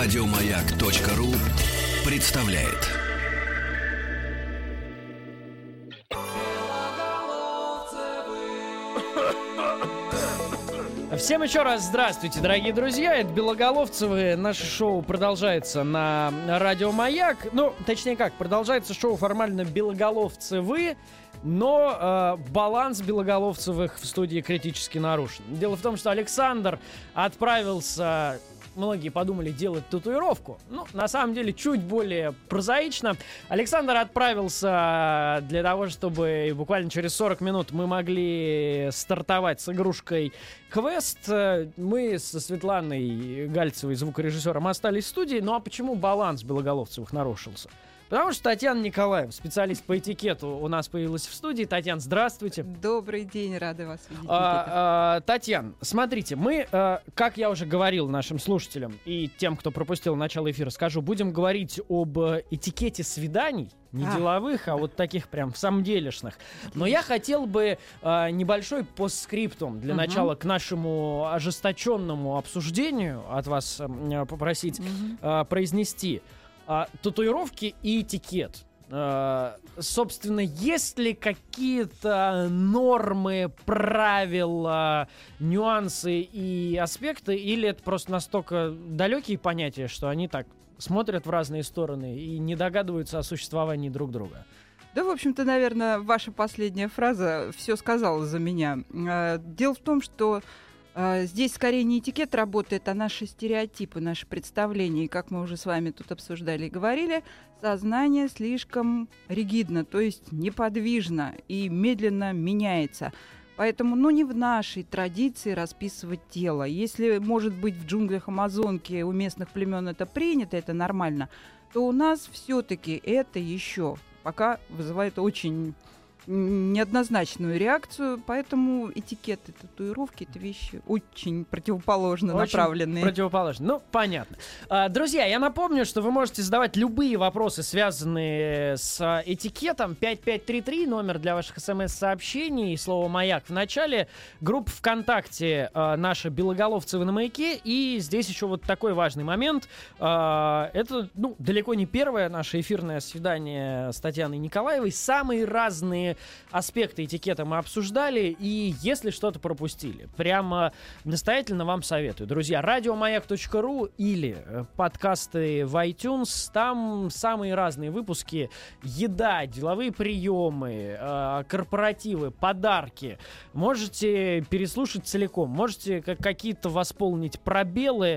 Радиомаяк.ру представляет. Всем еще раз здравствуйте, дорогие друзья. Это Белоголовцевы. Наше шоу продолжается на Радио Маяк. Ну, точнее как, продолжается шоу формально Белоголовцевы, но баланс Белоголовцевых в студии критически нарушен. Дело в том, что Александр отправился... Многие подумали делать татуировку. Ну, на самом деле, чуть более прозаично. Александр отправился для того, чтобы буквально через 40 минут мы могли стартовать с игрушкой «Квест». Мы со Светланой Гальцевой, звукорежиссером, остались в студии. Ну, а почему баланс Белоголовцевых нарушился? Потому что Татьяна Николаева, специалист по этикету, у нас появилась в студии. Татьяна, здравствуйте. Добрый день, рада вас видеть. Татьяна, смотрите, мы, как я уже говорил нашим слушателям и тем, кто пропустил начало эфира, скажу, будем говорить об этикете свиданий. Не деловых, а вот таких прям в самом делешных. Но я хотел бы небольшой постскриптум для начала к нашему ожесточенному обсуждению от вас попросить произнести. Татуировки и этикет. Собственно, есть ли какие-то нормы, правила, нюансы и аспекты, или это просто настолько далекие понятия, что они так смотрят в разные стороны и не догадываются о существовании друг друга? Да, в общем-то, наверное, ваша последняя фраза все сказала за меня. Дело в том, что здесь скорее не этикет работает, а наши стереотипы, наши представления. И как мы уже с вами тут обсуждали и говорили, сознание слишком ригидно, то есть неподвижно и медленно меняется. Поэтому, не в нашей традиции расписывать тело. Если, может быть, в джунглях Амазонки у местных племен это принято, это нормально, то у нас все-таки это еще пока вызывает очень неоднозначную реакцию, поэтому этикет и татуировки — это вещи очень противоположно направленные. Противоположно. Ну, понятно. Друзья, я напомню, что вы можете задавать любые вопросы, связанные с этикетом. 5533, номер для ваших смс-сообщений, слово «Маяк» в начале. Группа ВКонтакте наша «Белоголовцевы на маяке». И здесь еще вот такой важный момент. Это, далеко не первое наше эфирное свидание с Татьяной Николаевой. Самые разные аспекты этикета мы обсуждали, и если что-то пропустили, прямо настоятельно вам советую. Друзья, радиомаяк.ру или подкасты в iTunes, там самые разные выпуски: еда, деловые приемы, корпоративы, подарки. Можете переслушать целиком, можете какие-то восполнить пробелы.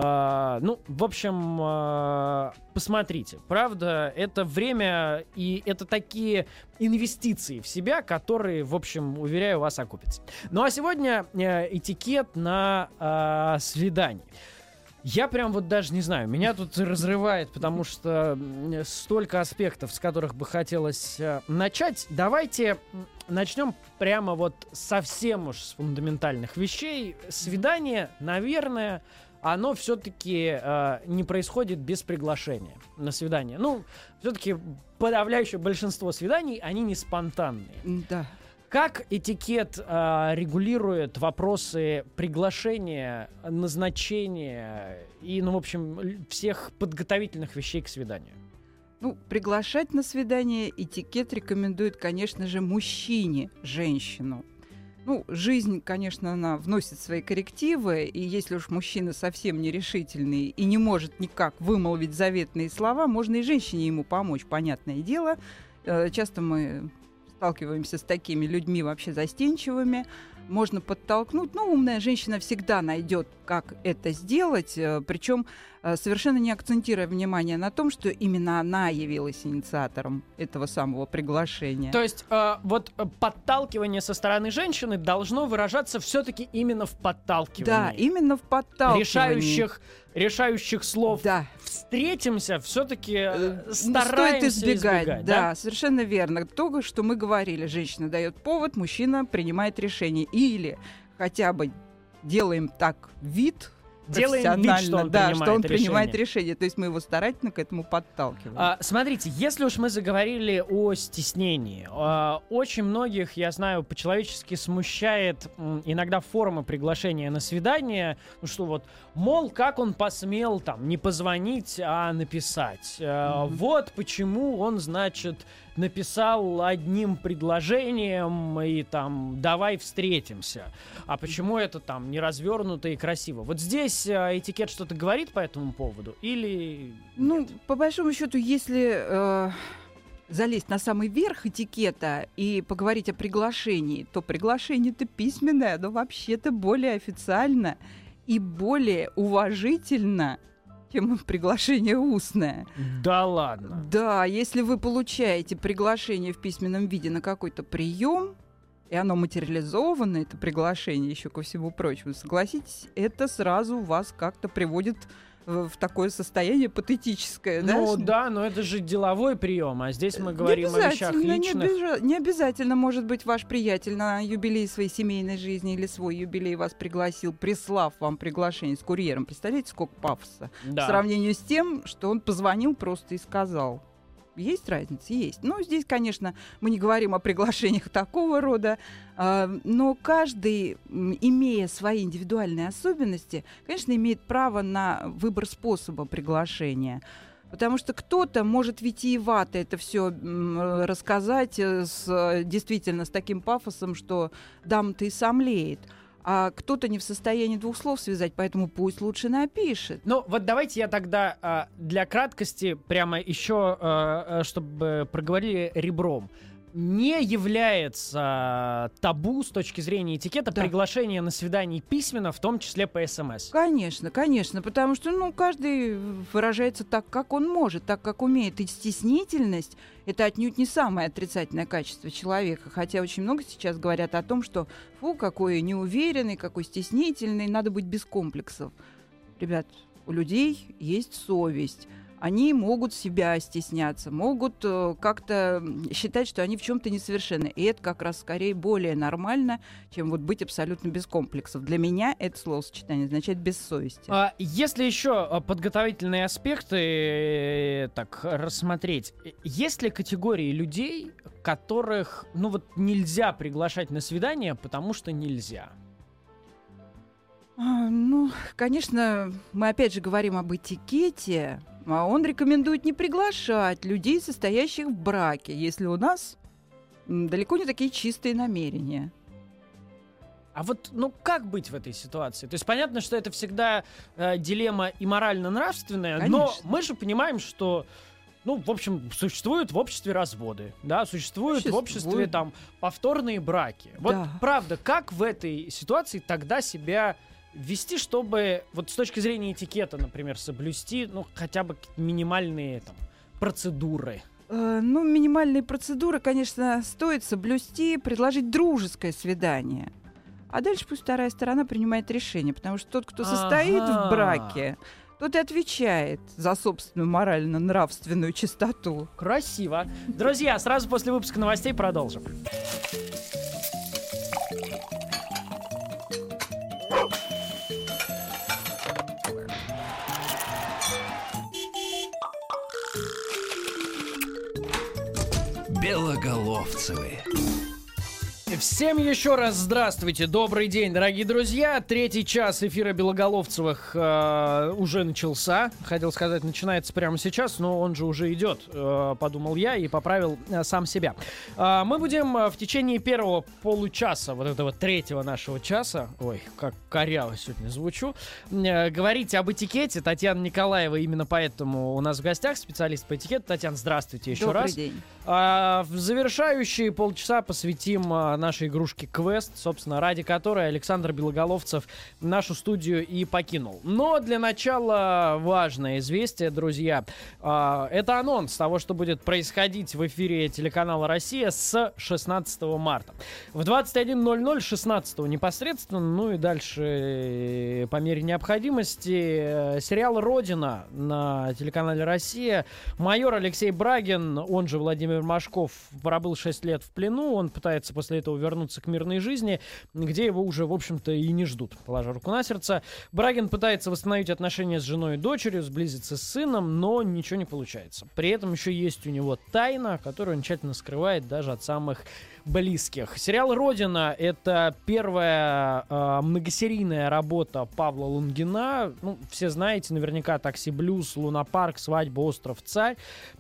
В общем, посмотрите. Правда, это время, и это такие инвестиции в себя, которые, в общем, уверяю вас, окупятся. Ну а сегодня этикет на свидании. Я прям вот даже не знаю, меня тут разрывает, потому что столько аспектов, с которых бы хотелось начать. Давайте начнем прямо вот совсем уж с фундаментальных вещей. Свидание, наверное, оно все-таки не происходит без приглашения на свидание. Все-таки подавляющее большинство свиданий, они не спонтанные. Да. Как этикет регулирует вопросы приглашения, назначения и, в общем, всех подготовительных вещей к свиданию? Приглашать на свидание этикет рекомендует, конечно же, мужчине женщину. Жизнь, конечно, она вносит свои коррективы, и если уж мужчина совсем нерешительный и не может никак вымолвить заветные слова, можно и женщине ему помочь, понятное дело. Часто мы сталкиваемся с такими людьми вообще застенчивыми. Можно подтолкнуть, умная женщина всегда найдет, как это сделать, причем совершенно не акцентируя внимание на том, что именно она явилась инициатором этого самого приглашения. То есть вот подталкивание со стороны женщины должно выражаться все-таки именно в подталкивании. Да, именно в подталкивании. Решающих слов. Да. Встретимся, все-таки стараемся стоит избегать. Да, совершенно верно. То, что мы говорили, женщина дает повод, мужчина принимает решение. Или хотя бы делаем так вид, Делаем вид, что он принимает решение. То есть мы его старательно к этому подталкиваем. Смотрите, если уж мы заговорили о стеснении, очень многих, я знаю, по-человечески смущает иногда форма приглашения на свидание, ну что вот, мол, как он посмел там не позвонить, а написать. Вот почему он, значит, написал одним предложением и там давай встретимся. А почему это там не развернуто и красиво? Вот здесь этикет что-то говорит по этому поводу или... Ну, по большому счету, если залезть на самый верх этикета и поговорить о приглашении, то приглашение-то письменное, но вообще-то более официально и более уважительно, чем приглашение устное. Да ладно? Да, если вы получаете приглашение в письменном виде на какой-то прием, и оно материализовано, это приглашение, еще ко всему прочему, согласитесь, это сразу вас как-то приводит в такое состояние патетическое. Ну да, но это же деловой прием, а здесь мы говорим о вещах личных. Не обязательно, может быть, ваш приятель на юбилей своей семейной жизни или свой юбилей вас пригласил, прислав вам приглашение с курьером. Представляете, сколько пафоса? Да. В сравнении с тем, что он позвонил просто и сказал. Есть разница? Есть. Ну, здесь, конечно, мы не говорим о приглашениях такого рода, но каждый, имея свои индивидуальные особенности, конечно, имеет право на выбор способа приглашения. Потому что кто-то может витиевато это все рассказать действительно с таким пафосом, что дама-то и сомлеет. А кто-то не в состоянии двух слов связать, поэтому пусть лучше напишет. Ну, вот давайте я тогда для краткости прямо еще, чтобы проговорили ребром. Не является табу с точки зрения этикета приглашение на свидание письменно, в том числе по СМС. Конечно, конечно, потому что, каждый выражается так, как он может, так, как умеет. И стеснительность — это отнюдь не самое отрицательное качество человека, хотя очень много сейчас говорят о том, что фу, какой неуверенный, какой стеснительный, надо быть без комплексов. Ребят, у людей есть совесть. Они могут себя стесняться, могут как-то считать, что они в чем-то несовершенны. И это как раз скорее более нормально, чем вот быть абсолютно без комплексов. Для меня это словосочетание означает без совести. Если еще подготовительные аспекты так рассмотреть, есть ли категории людей, которых нельзя приглашать на свидание, потому что нельзя? Конечно, мы опять же говорим об этикете. Он рекомендует не приглашать людей, состоящих в браке, если у нас далеко не такие чистые намерения. А вот, как быть в этой ситуации? То есть понятно, что это всегда дилемма и морально-нравственная, Конечно. Но мы же понимаем, что, в общем, существуют в обществе разводы, да, существуют в обществе там повторные браки. Вот правда, как в этой ситуации тогда себя вести, чтобы вот с точки зрения этикета, например, соблюсти, хотя бы минимальные там процедуры? Минимальные процедуры, конечно, стоит соблюсти, предложить дружеское свидание. А дальше пусть вторая сторона принимает решение, потому что тот, кто состоит в браке, тот и отвечает за собственную морально-нравственную чистоту. Красиво. Друзья, сразу после выпуска новостей продолжим. Белоголовцевы. Всем еще раз здравствуйте, добрый день, дорогие друзья. Третий час эфира Белоголовцевых уже начался. Хотел сказать, начинается прямо сейчас, но он же уже идет, подумал я и поправил сам себя. Мы будем в течение первого получаса, вот этого третьего нашего часа, ой, как коряво сегодня звучу, говорить об этикете. Татьяна Николаева именно поэтому у нас в гостях, специалист по этикету. Татьяна, здравствуйте еще раз. Добрый день. В завершающие полчаса посвятим нашей игрушке «Квест», собственно, ради которой Александр Белоголовцев нашу студию и покинул. Но для начала важное известие, друзья. Это анонс того, что будет происходить в эфире телеканала «Россия» с 16 марта. В 21:00 16 непосредственно, и дальше по мере необходимости, сериал «Родина» на телеканале «Россия». Майор Алексей Брагин, он же Владимир Машков, пробыл 6 лет в плену. Он пытается после этого вернуться к мирной жизни, где его уже, в общем-то, и не ждут, положа руку на сердце. Брагин пытается восстановить отношения с женой и дочерью, сблизиться с сыном, но ничего не получается. При этом еще есть у него тайна, которую он тщательно скрывает даже от самых близких. Сериал «Родина» — это первая многосерийная работа Павла Лунгина. Ну, все знаете наверняка «Такси Блюз», «Лунапарк», «Свадьба», «Остров Царь».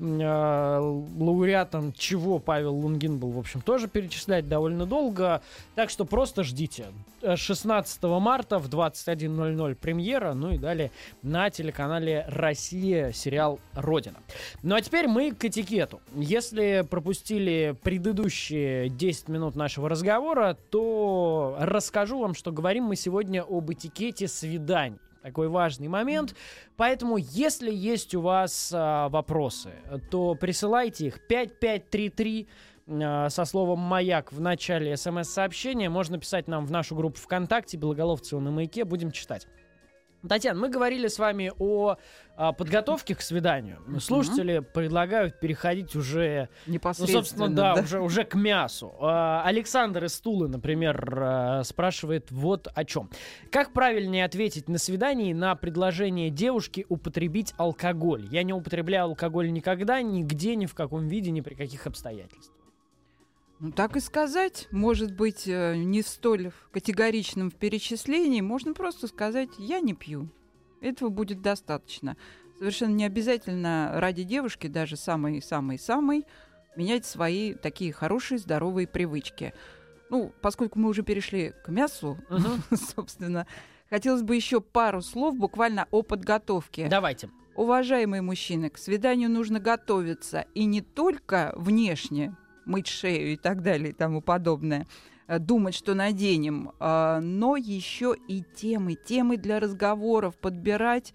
Лауреатом чего Павел Лунгин был, в общем, тоже перечислять довольно долго. Так что просто ждите. 16 марта в 21:00 премьера, ну и далее на телеканале «Россия» сериал «Родина». Ну а теперь мы к этикету. Если пропустили предыдущие 10 минут нашего разговора, то расскажу вам, что говорим мы сегодня об этикете свиданий. Такой важный момент. Поэтому, если есть у вас вопросы, то присылайте их 5533 со словом «Маяк» в начале смс-сообщения. Можно писать нам в нашу группу ВКонтакте «Белоголовцева на маяке». Будем читать. Татьяна, мы говорили с вами о подготовке к свиданию. Слушатели предлагают переходить уже непосредственно, ну, собственно, да. уже к мясу. Александр из Тулы, например, спрашивает вот о чем. Как правильнее ответить на свидании на предложение девушки употребить алкоголь? Я не употребляю алкоголь никогда, нигде, ни в каком виде, ни при каких обстоятельствах. Ну, так и сказать, может быть, не столь категоричным в перечислении, можно просто сказать «я не пью». Этого будет достаточно. Совершенно не обязательно ради девушки, даже самой-самой-самой, менять свои такие хорошие, здоровые привычки. Ну, поскольку мы уже перешли к мясу, собственно, хотелось бы еще пару слов буквально о подготовке. Давайте. Уважаемые мужчины, к свиданию нужно готовиться, и не только внешне, мыть шею и так далее и тому подобное, думать, что наденем, но еще и темы для разговоров подбирать,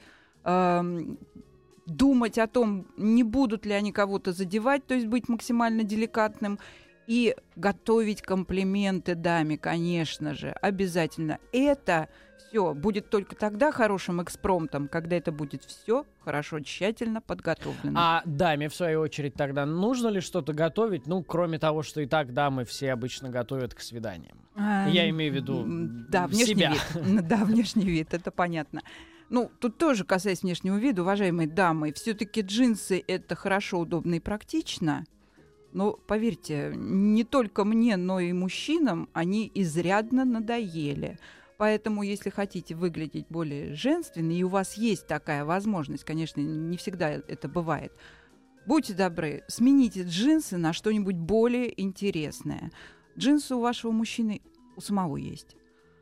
думать о том, не будут ли они кого-то задевать, то есть быть максимально деликатным, и готовить комплименты даме, конечно же, обязательно. Это все будет только тогда хорошим экспромтом, когда это будет все хорошо, тщательно подготовлено. А даме, в свою очередь, тогда нужно ли что-то готовить? Ну, кроме того, что и так дамы все обычно готовят к свиданиям. Я имею в виду себя. Да, внешний вид, это понятно. Ну, тут тоже, касаясь внешнего вида, уважаемые дамы, все-таки джинсы — это хорошо, удобно и практично. Но, поверьте, не только мне, но и мужчинам они изрядно надоели. Поэтому, если хотите выглядеть более женственно, и у вас есть такая возможность, конечно, не всегда это бывает, будьте добры, смените джинсы на что-нибудь более интересное. Джинсы у вашего мужчины у самого есть.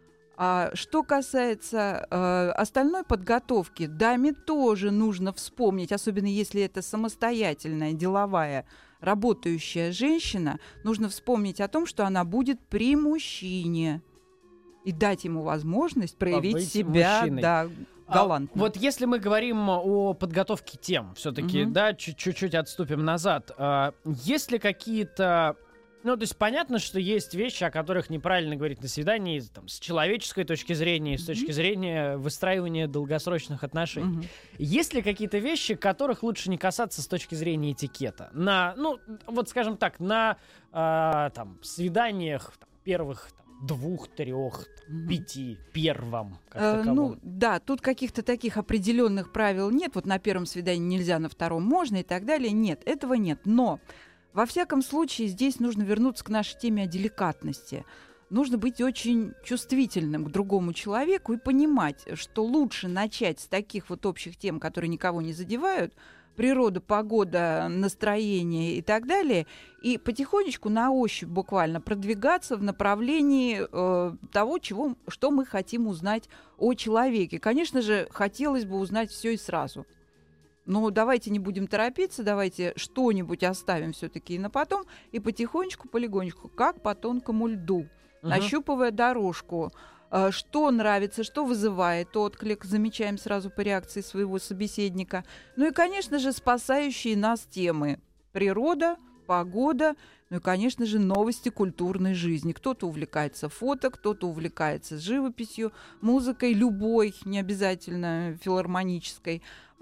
А что касается остальной подготовки, даме тоже нужно вспомнить, особенно если это самостоятельная, деловая, работающая женщина, нужно вспомнить о том, что она будет при мужчине, и дать ему возможность проявить себя галантно. Вот если мы говорим о подготовке тем, все-таки, да, чуть-чуть отступим назад, есть ли какие-то... Ну, то есть понятно, что есть вещи, о которых неправильно говорить на свидании там, с человеческой точки зрения, с точки зрения выстраивания долгосрочных отношений. Есть ли какие-то вещи, которых лучше не касаться с точки зрения этикета? На, ну, вот скажем так, на там, свиданиях там, первых 2, 3, 5, первом. Ну, да, тут каких-то таких определенных правил нет. Вот на первом свидании нельзя, на втором можно и так далее. Нет, этого нет. Но... Во всяком случае, здесь нужно вернуться к нашей теме о деликатности. Нужно быть очень чувствительным к другому человеку и понимать, что лучше начать с таких вот общих тем, которые никого не задевают, природа, погода, настроение и так далее, и потихонечку на ощупь буквально продвигаться в направлении того, что мы хотим узнать о человеке. Конечно же, хотелось бы узнать все и сразу. Но давайте не будем торопиться, давайте что-нибудь оставим все-таки и на потом, и потихонечку, полегонечку, как по тонкому льду, нащупывая дорожку, что нравится, что вызывает отклик, замечаем сразу по реакции своего собеседника. Ну и, конечно же, спасающие нас темы: природа, погода, ну и, конечно же, новости культурной жизни. Кто-то увлекается фото, кто-то увлекается живописью, музыкой любой, не обязательно филармонической.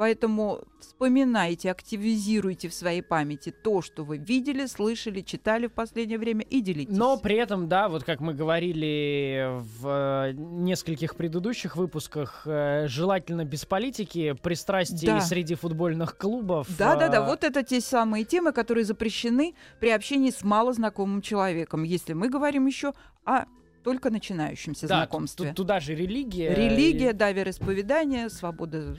Поэтому вспоминайте, активизируйте в своей памяти то, что вы видели, слышали, читали в последнее время, и делитесь. Но при этом, да, вот как мы говорили в нескольких предыдущих выпусках, желательно без политики, пристрастий среди футбольных клубов. Да, вот это те самые темы, которые запрещены при общении с малознакомым человеком, если мы говорим еще о только начинающемся знакомстве. Туда же религия. Религия, да, вероисповедание, свобода.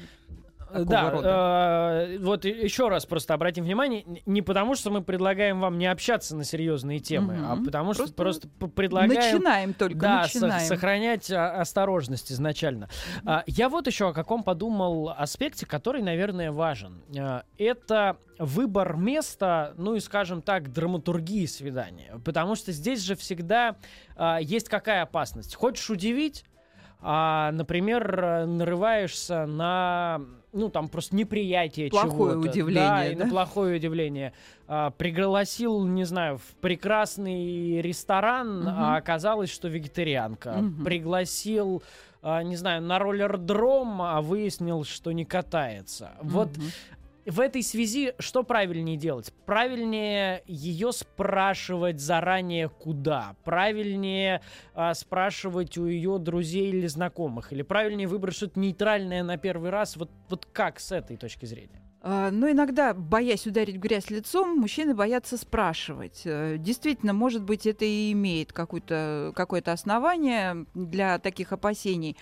Вот еще раз просто обратим внимание, не потому что мы предлагаем вам не общаться на серьезные темы, а потому что просто предлагаем... Начинаем. Сохранять осторожность изначально. Я вот еще о каком подумал аспекте, который, наверное, важен. Это выбор места, ну и, скажем так, драматургии свидания. Потому что здесь же всегда есть какая опасность? Хочешь удивить? Например, нарываешься на, там просто неприятие чего-то. Плохое удивление, на плохое удивление. Пригласил, не знаю, в прекрасный ресторан, а оказалось, что вегетарианка. Пригласил, не знаю, на роллердром, а выяснил, что не катается. Вот. В этой связи что правильнее делать? Правильнее ее спрашивать заранее куда? Правильнее спрашивать у ее друзей или знакомых? Или правильнее выбрать что-то нейтральное на первый раз? Вот как с этой точки зрения? Но иногда, боясь ударить в грязь лицом, мужчины боятся спрашивать. Действительно, может быть, это и имеет какое-то основание для таких опасений.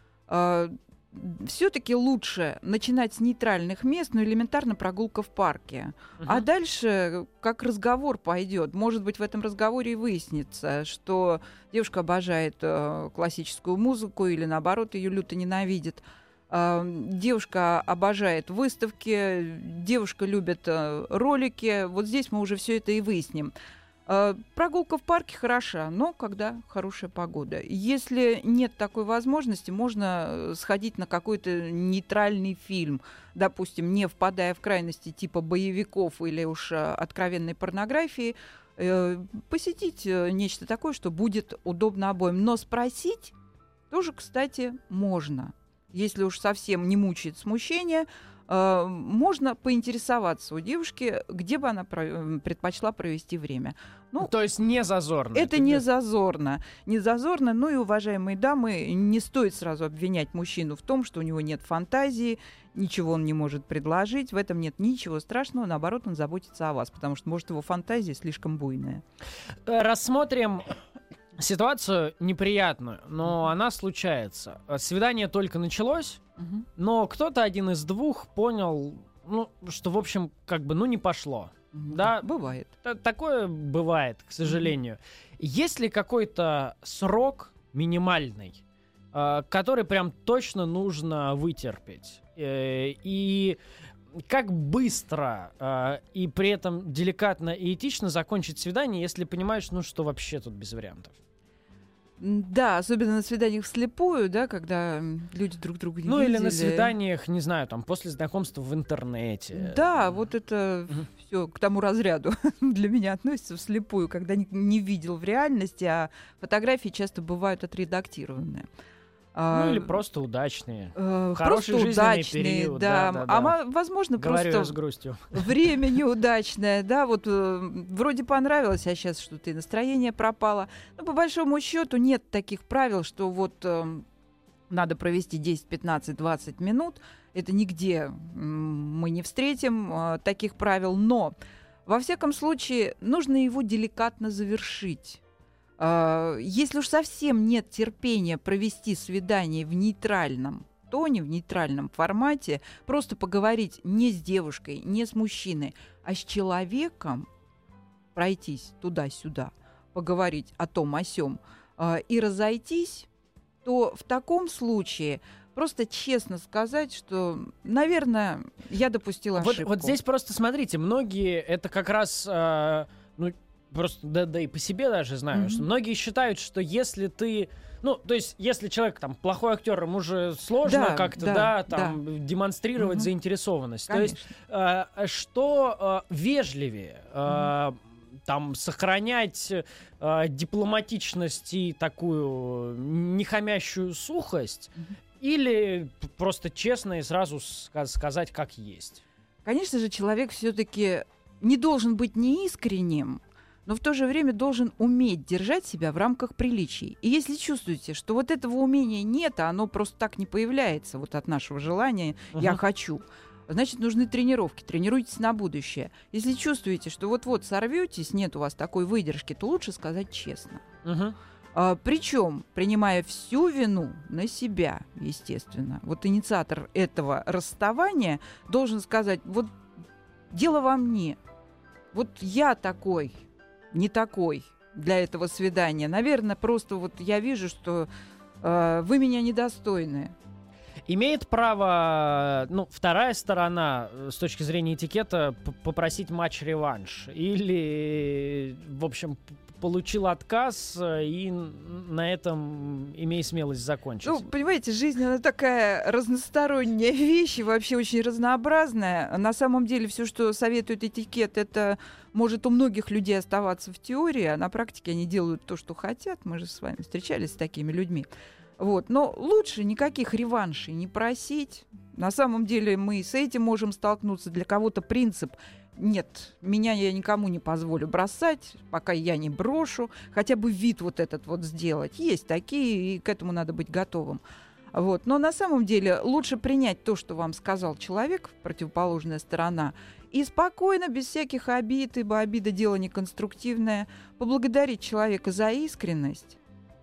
Все-таки лучше начинать с нейтральных мест, элементарно прогулка в парке. А дальше, как разговор пойдет, может быть, в этом разговоре и выяснится, что девушка обожает классическую музыку или, наоборот, ее люто ненавидит. Девушка обожает выставки, девушка любит ролики. Вот здесь мы уже все это и выясним. Прогулка в парке хороша, но когда хорошая погода. Если нет такой возможности, можно сходить на какой-то нейтральный фильм, допустим, не впадая в крайности типа боевиков или уж откровенной порнографии, посетить нечто такое, что будет удобно обоим. Но спросить тоже, кстати, можно. Если уж совсем не мучает смущение, можно поинтересоваться у девушки, где бы она предпочла провести время. То есть не зазорно. Это не зазорно. Не зазорно. И, уважаемые дамы, не стоит сразу обвинять мужчину в том, что у него нет фантазии, ничего он не может предложить. В этом нет ничего страшного. Наоборот, он заботится о вас, потому что, может, его фантазия слишком буйная. Рассмотрим ситуацию неприятную, но она случается. Свидание только началось, но кто-то один из двух понял, что, в общем, не пошло. Да, бывает. Такое бывает, к сожалению. Есть ли какой-то срок минимальный, который прям точно нужно вытерпеть? И как быстро и при этом деликатно и этично закончить свидание, если понимаешь, что вообще тут без вариантов? Да, особенно на свиданиях вслепую, да, когда люди друг друга не видели. Или на свиданиях, не знаю, после знакомства в интернете. Да, вот это все к тому разряду для меня относится вслепую, когда не видел в реальности, а фотографии часто бывают отредактированные. Или просто удачные. Хороший жизненный период. Да. Возможно, говорю просто с грустью. Время неудачное. Да, вроде понравилось, а сейчас что-то и настроение пропало. Но по большому счету нет таких правил, что надо провести 10, 15, 20 минут. Это нигде мы не встретим таких правил. Но, во всяком случае, нужно его деликатно завершить. Если уж совсем нет терпения провести свидание в нейтральном тоне, в нейтральном формате, просто поговорить не с девушкой, не с мужчиной, а с человеком, пройтись туда-сюда, поговорить о том, о сём, и разойтись, то в таком случае просто честно сказать, что, наверное, я допустила ошибку. Вот здесь просто смотрите, многие это как раз... Просто, да и по себе даже знаю, что многие считают, что если ты... то есть, если человек плохой актер, ему же сложно демонстрировать заинтересованность. Конечно. То есть, что вежливее, сохранять дипломатичность и такую нехамящую сухость, или просто честно и сразу сказать, как есть? Конечно же, человек все-таки не должен быть неискренним, но в то же время должен уметь держать себя в рамках приличий. И если чувствуете, что вот этого умения нет, а оно просто так не появляется вот от нашего желания «я хочу», значит, нужны тренировки. Тренируйтесь на будущее. Если чувствуете, что вот-вот сорветесь, нет у вас такой выдержки, то лучше сказать честно. Причем, принимая всю вину на себя, естественно. Вот инициатор этого расставания должен сказать: вот дело во мне. Вот я такой, не такой для этого свидания. Наверное, просто вот я вижу, что вы меня недостойны. Имеет право, вторая сторона, с точки зрения этикета, попросить матч-реванш? Или, в общем, получил отказ и на этом имей смелость закончить? Ну, понимаете, жизнь, она такая разносторонняя вещь и вообще очень разнообразная. На самом деле все, что советует этикет, это может у многих людей оставаться в теории, а на практике они делают то, что хотят. Мы же с вами встречались с такими людьми. Вот. Но лучше никаких реваншей не просить. На самом деле мы с этим можем столкнуться. Для кого-то принцип: нет, меня я никому не позволю бросать, пока я не брошу. Хотя бы вид вот этот вот сделать. Есть такие, и к этому надо быть готовым. Вот. Но на самом деле лучше принять то, что вам сказал человек, противоположная сторона, и спокойно, без всяких обид, ибо обида — дело неконструктивное, поблагодарить человека за искренность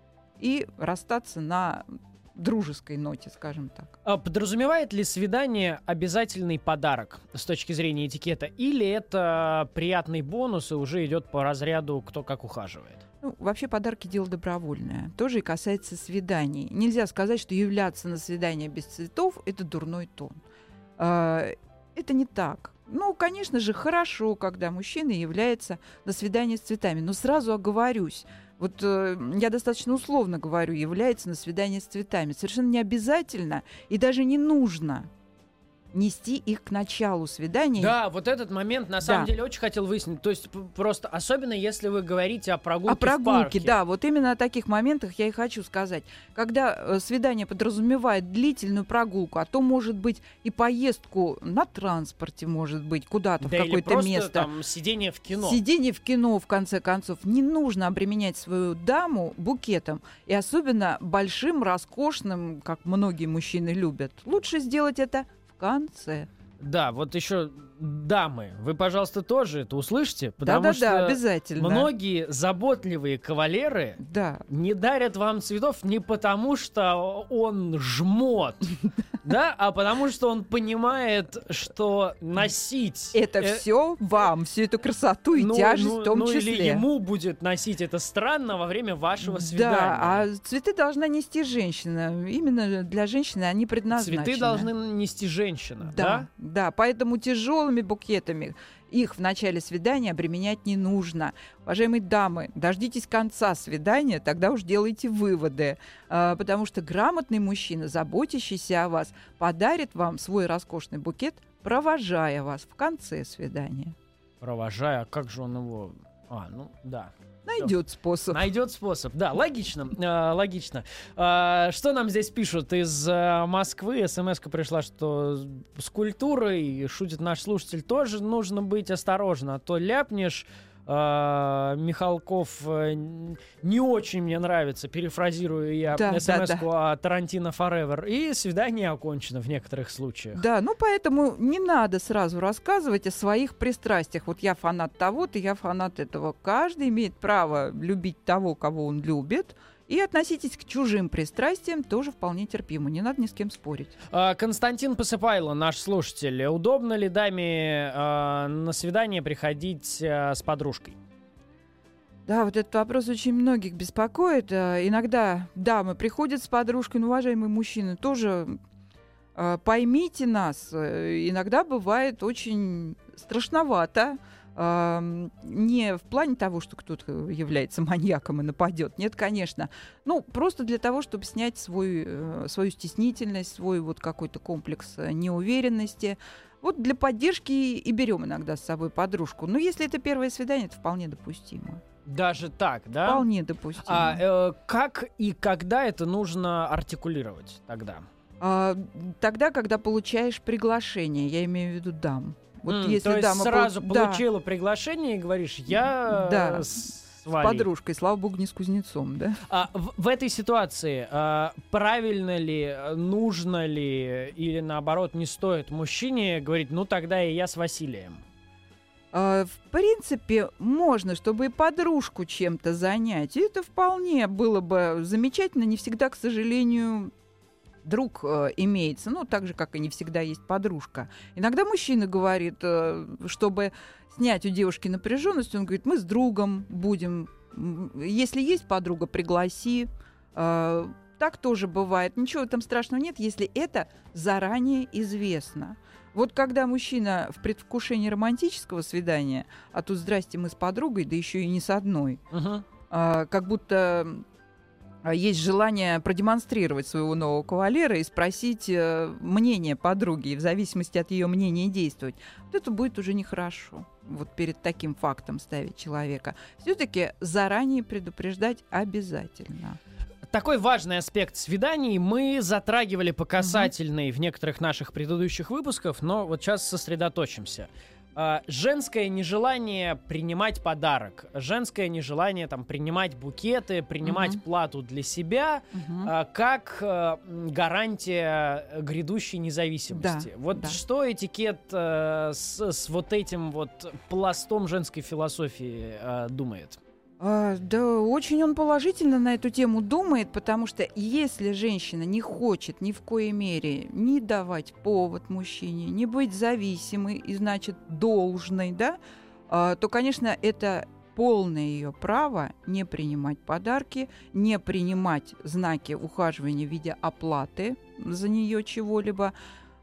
и расстаться на дружеской ноте, скажем так. А подразумевает ли свидание обязательный подарок с точки зрения этикета? Или это приятный бонус и уже идет по разряду кто как ухаживает? Вообще подарки — дело добровольное. Тоже и касается свиданий. Нельзя сказать, что являться на свидание без цветов — это дурной тон. Это не так. Конечно же, хорошо, когда мужчина является на свидание с цветами. Но сразу оговорюсь. Вот я достаточно условно говорю, является на свидание с цветами. Совершенно не обязательно и даже не нужно нести их к началу свидания. Да, вот этот момент на самом деле очень хотел выяснить. То есть просто, особенно если вы говорите о прогулке в парке. Да, вот именно о таких моментах я и хочу сказать. Когда свидание подразумевает длительную прогулку, а то может быть и поездку на транспорте, может быть, куда-то, да, в какое-то или место. Там сидение в кино. Сидение в кино, в конце концов. Не нужно обременять свою даму букетом. И особенно большим, роскошным, как многие мужчины любят. Лучше сделать это в конце. Да, вот еще дамы, вы, пожалуйста, тоже это услышьте, потому что обязательно. Многие заботливые кавалеры не дарят вам цветов не потому, что он жмот, да, а потому что он понимает, что носить... Это все вам, всю эту красоту и тяжесть в том числе. Или ему будет носить это странно во время вашего свидания. Да, а цветы должна нести женщина. Именно для женщины они предназначены. Цветы должны нести женщина, да? Да, поэтому тяжелыми букетами их в начале свидания обременять не нужно. Уважаемые дамы, дождитесь конца свидания, тогда уж делайте выводы. Потому что грамотный мужчина, заботящийся о вас, подарит вам свой роскошный букет, провожая вас в конце свидания. Провожая, как же он его... Найдет способ. Найдет способ, да, логично, логично. Что нам здесь пишут из Москвы? СМС-ка пришла, что с культурой, шутит наш слушатель, тоже нужно быть осторожно, а то ляпнешь. Михалков не очень мне нравится, перефразирую я СМС-ку о Тарантино Forever, и свидание окончено в некоторых случаях. Да, поэтому не надо сразу рассказывать о своих пристрастиях. Вот я фанат того-то, я фанат этого. Каждый имеет право любить того, кого он любит. И относитесь к чужим пристрастиям тоже вполне терпимо. Не надо ни с кем спорить. Константин Посыпайло, наш слушатель. Удобно ли даме на свидание приходить с подружкой? Да, вот этот вопрос очень многих беспокоит. Иногда дамы приходят с подружкой, но, уважаемые мужчины, тоже поймите нас. Иногда бывает очень страшновато. Не в плане того, что кто-то является маньяком и нападет. Нет, конечно. Просто для того, чтобы снять свою стеснительность, свой вот какой-то комплекс неуверенности. Вот для поддержки и берем иногда с собой подружку. Но если это первое свидание, это вполне допустимо. Даже так, да? Вполне допустимо. Как и когда это нужно артикулировать тогда? Тогда, когда получаешь приглашение, я имею в виду дам. Вот если то есть дама сразу получила приглашение и говоришь, я с подружкой, слава богу, не с кузнецом, да? В этой ситуации правильно ли, нужно ли или наоборот не стоит мужчине говорить, ну тогда и я с Василием? В принципе, можно, чтобы и подружку чем-то занять. И это вполне было бы замечательно. Не всегда, к сожалению, друг имеется. Ну, так же, как и не всегда есть подружка. Иногда мужчина говорит, чтобы снять у девушки напряженность, он говорит, мы с другом будем. Если есть подруга, пригласи. Так тоже бывает. Ничего там страшного нет, если это заранее известно. Вот когда мужчина в предвкушении романтического свидания, а тут здрасте, мы с подругой, да еще и не с одной, как будто есть желание продемонстрировать своего нового кавалера и спросить мнение подруги, и в зависимости от ее мнения действовать. Вот это будет уже нехорошо. Вот перед таким фактом ставить человека. Все-таки заранее предупреждать обязательно. Такой важный аспект свиданий мы затрагивали по касательной в некоторых наших предыдущих выпусках, но вот сейчас сосредоточимся. Женское нежелание принимать подарок, женское нежелание там, принимать букеты, принимать плату для себя как гарантия грядущей независимости. Что этикет с вот этим вот пластом женской философии думает? Да, очень он положительно на эту тему думает, потому что если женщина не хочет ни в коей мере не давать повод мужчине, не быть зависимой и, значит, должной, да, то, конечно, это полное ее право не принимать подарки, не принимать знаки ухаживания в виде оплаты за нее чего-либо.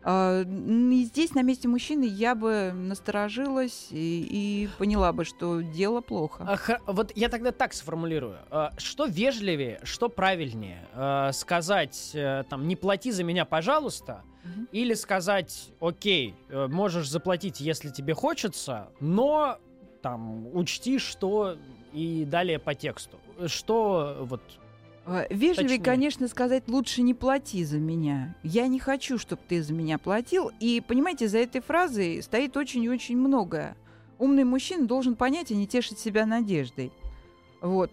И здесь на месте мужчины я бы насторожилась и поняла бы, что дело плохо. Вот я тогда так сформулирую. Что вежливее, что правильнее? Сказать, там, не плати за меня, пожалуйста, или сказать, окей, можешь заплатить, если тебе хочется, но там, учти, что и далее по тексту. Что вот... Вежливее, конечно, сказать, лучше не плати за меня. Я не хочу, чтобы ты за меня платил. И, понимаете, за этой фразой стоит очень и очень многое. Умный мужчина должен понять и не тешить себя надеждой. Вот.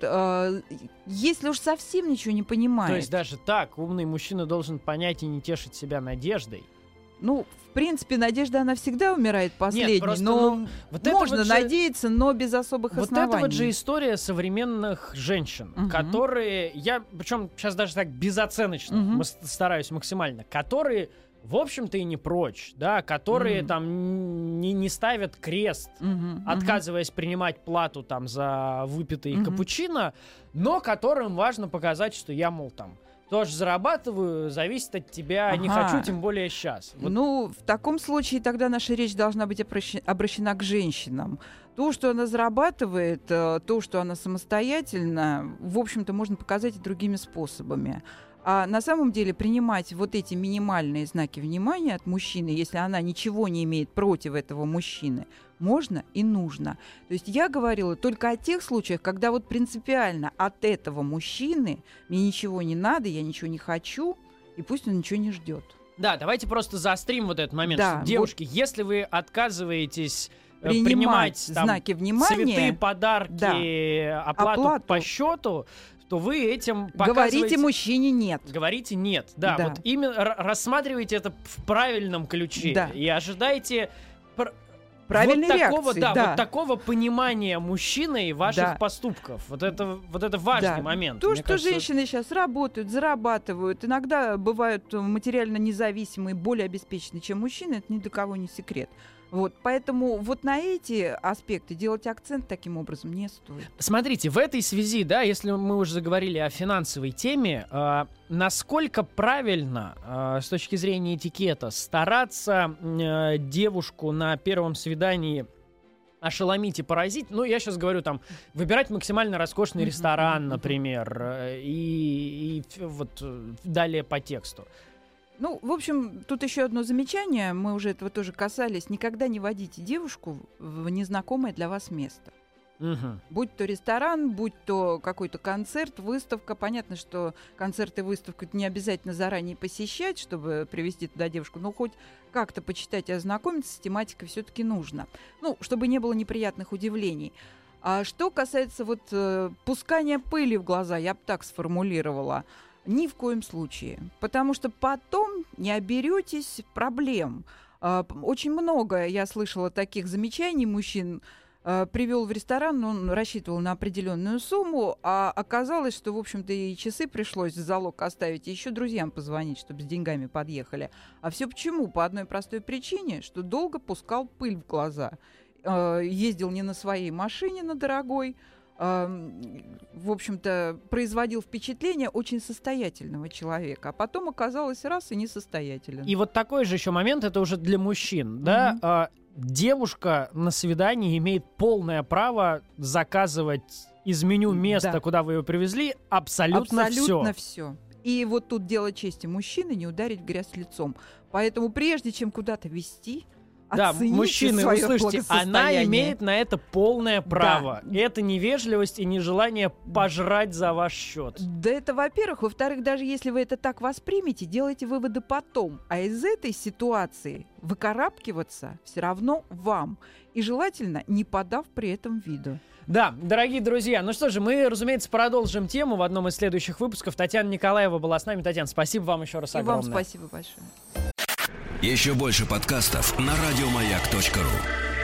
Если уж совсем ничего не понимает... То есть даже так, умный мужчина должен понять и не тешить себя надеждой? Ну, в принципе, надежда, она всегда умирает последней. Нет, просто, но вот можно надеяться, но без особых оснований. Вот это вот же история современных женщин, которые, причем сейчас даже так безоценочно стараюсь максимально, которые, в общем-то, и не прочь, да, которые там не ставят крест, отказываясь принимать плату там за выпитый капучино, но которым важно показать, что я, мол, там, тоже зарабатываю, зависит от тебя, не хочу, тем более сейчас. Вот. Ну, в таком случае тогда наша речь должна быть обращена к женщинам. То, что она зарабатывает, то, что она самостоятельна, в общем-то, можно показать и другими способами. А на самом деле принимать вот эти минимальные знаки внимания от мужчины, если она ничего не имеет против этого мужчины, можно и нужно. То есть я говорила только о тех случаях, когда вот принципиально от этого мужчины мне ничего не надо, я ничего не хочу, и пусть он ничего не ждет. Да, давайте просто заострим вот этот момент. Да, девушки, вот если вы отказываетесь принимать там, знаки внимания, цветы, подарки, оплату по счету, то вы этим показываете... Говорите мужчине нет. Говорите нет, да. Вот именно рассматривайте это в правильном ключе и ожидайте... Правильной вот такого, реакции, вот такого понимания мужчиной ваших поступков. Вот это важный момент. То, что женщины сейчас работают, зарабатывают, иногда бывают материально независимые, более обеспеченные, чем мужчины, это ни для кого не секрет. Вот, поэтому вот на эти аспекты делать акцент таким образом не стоит. Смотрите, в этой связи, да, если мы уже заговорили о финансовой теме, насколько правильно с точки зрения этикета стараться девушку на первом свидании ошеломить и поразить? Ну, я сейчас говорю, там, выбирать максимально роскошный ресторан, например, и вот далее по тексту. Ну, в общем, тут еще одно замечание, мы уже этого тоже касались. Никогда не водите девушку в незнакомое для вас место. Будь то ресторан, будь то какой-то концерт, выставка. Понятно, что концерт и выставку не обязательно заранее посещать, чтобы привести туда девушку, но хоть как-то почитать и ознакомиться с тематикой все-таки нужно. Ну, чтобы не было неприятных удивлений. А что касается пускания пыли в глаза, я бы так сформулировала, ни в коем случае. Потому что потом не оберетесь проблем. Очень много я слышала таких замечаний мужчин. Привел в ресторан, он рассчитывал на определенную сумму, а оказалось, что, в общем-то, и часы пришлось в залог оставить, и еще друзьям позвонить, чтобы с деньгами подъехали. А все почему? По одной простой причине, что долго пускал пыль в глаза. Ездил не на своей машине, на дорогой, в общем-то, производил впечатление очень состоятельного человека, а потом оказалось раз и несостоятелен. И вот такой же еще момент, это уже для мужчин, да? Девушка на свидании имеет полное право заказывать из меню места, куда вы ее привезли, абсолютно все. И вот тут дело чести мужчины не ударить в грязь лицом. Поэтому прежде чем куда-то везти, да, мужчины, услышьте, она имеет на это полное право. Да. Это не вежливость и не желание пожрать за ваш счет. Да, это во-первых. Во-вторых, даже если вы это так воспримете, делайте выводы потом. А из этой ситуации выкарабкиваться все равно вам. И желательно, не подав при этом виду. Да, дорогие друзья, ну что же, мы, разумеется, продолжим тему в одном из следующих выпусков. Татьяна Николаева была с нами. Татьяна, спасибо вам еще раз огромное. И вам спасибо большое. Еще больше подкастов на радиомаяк.ру.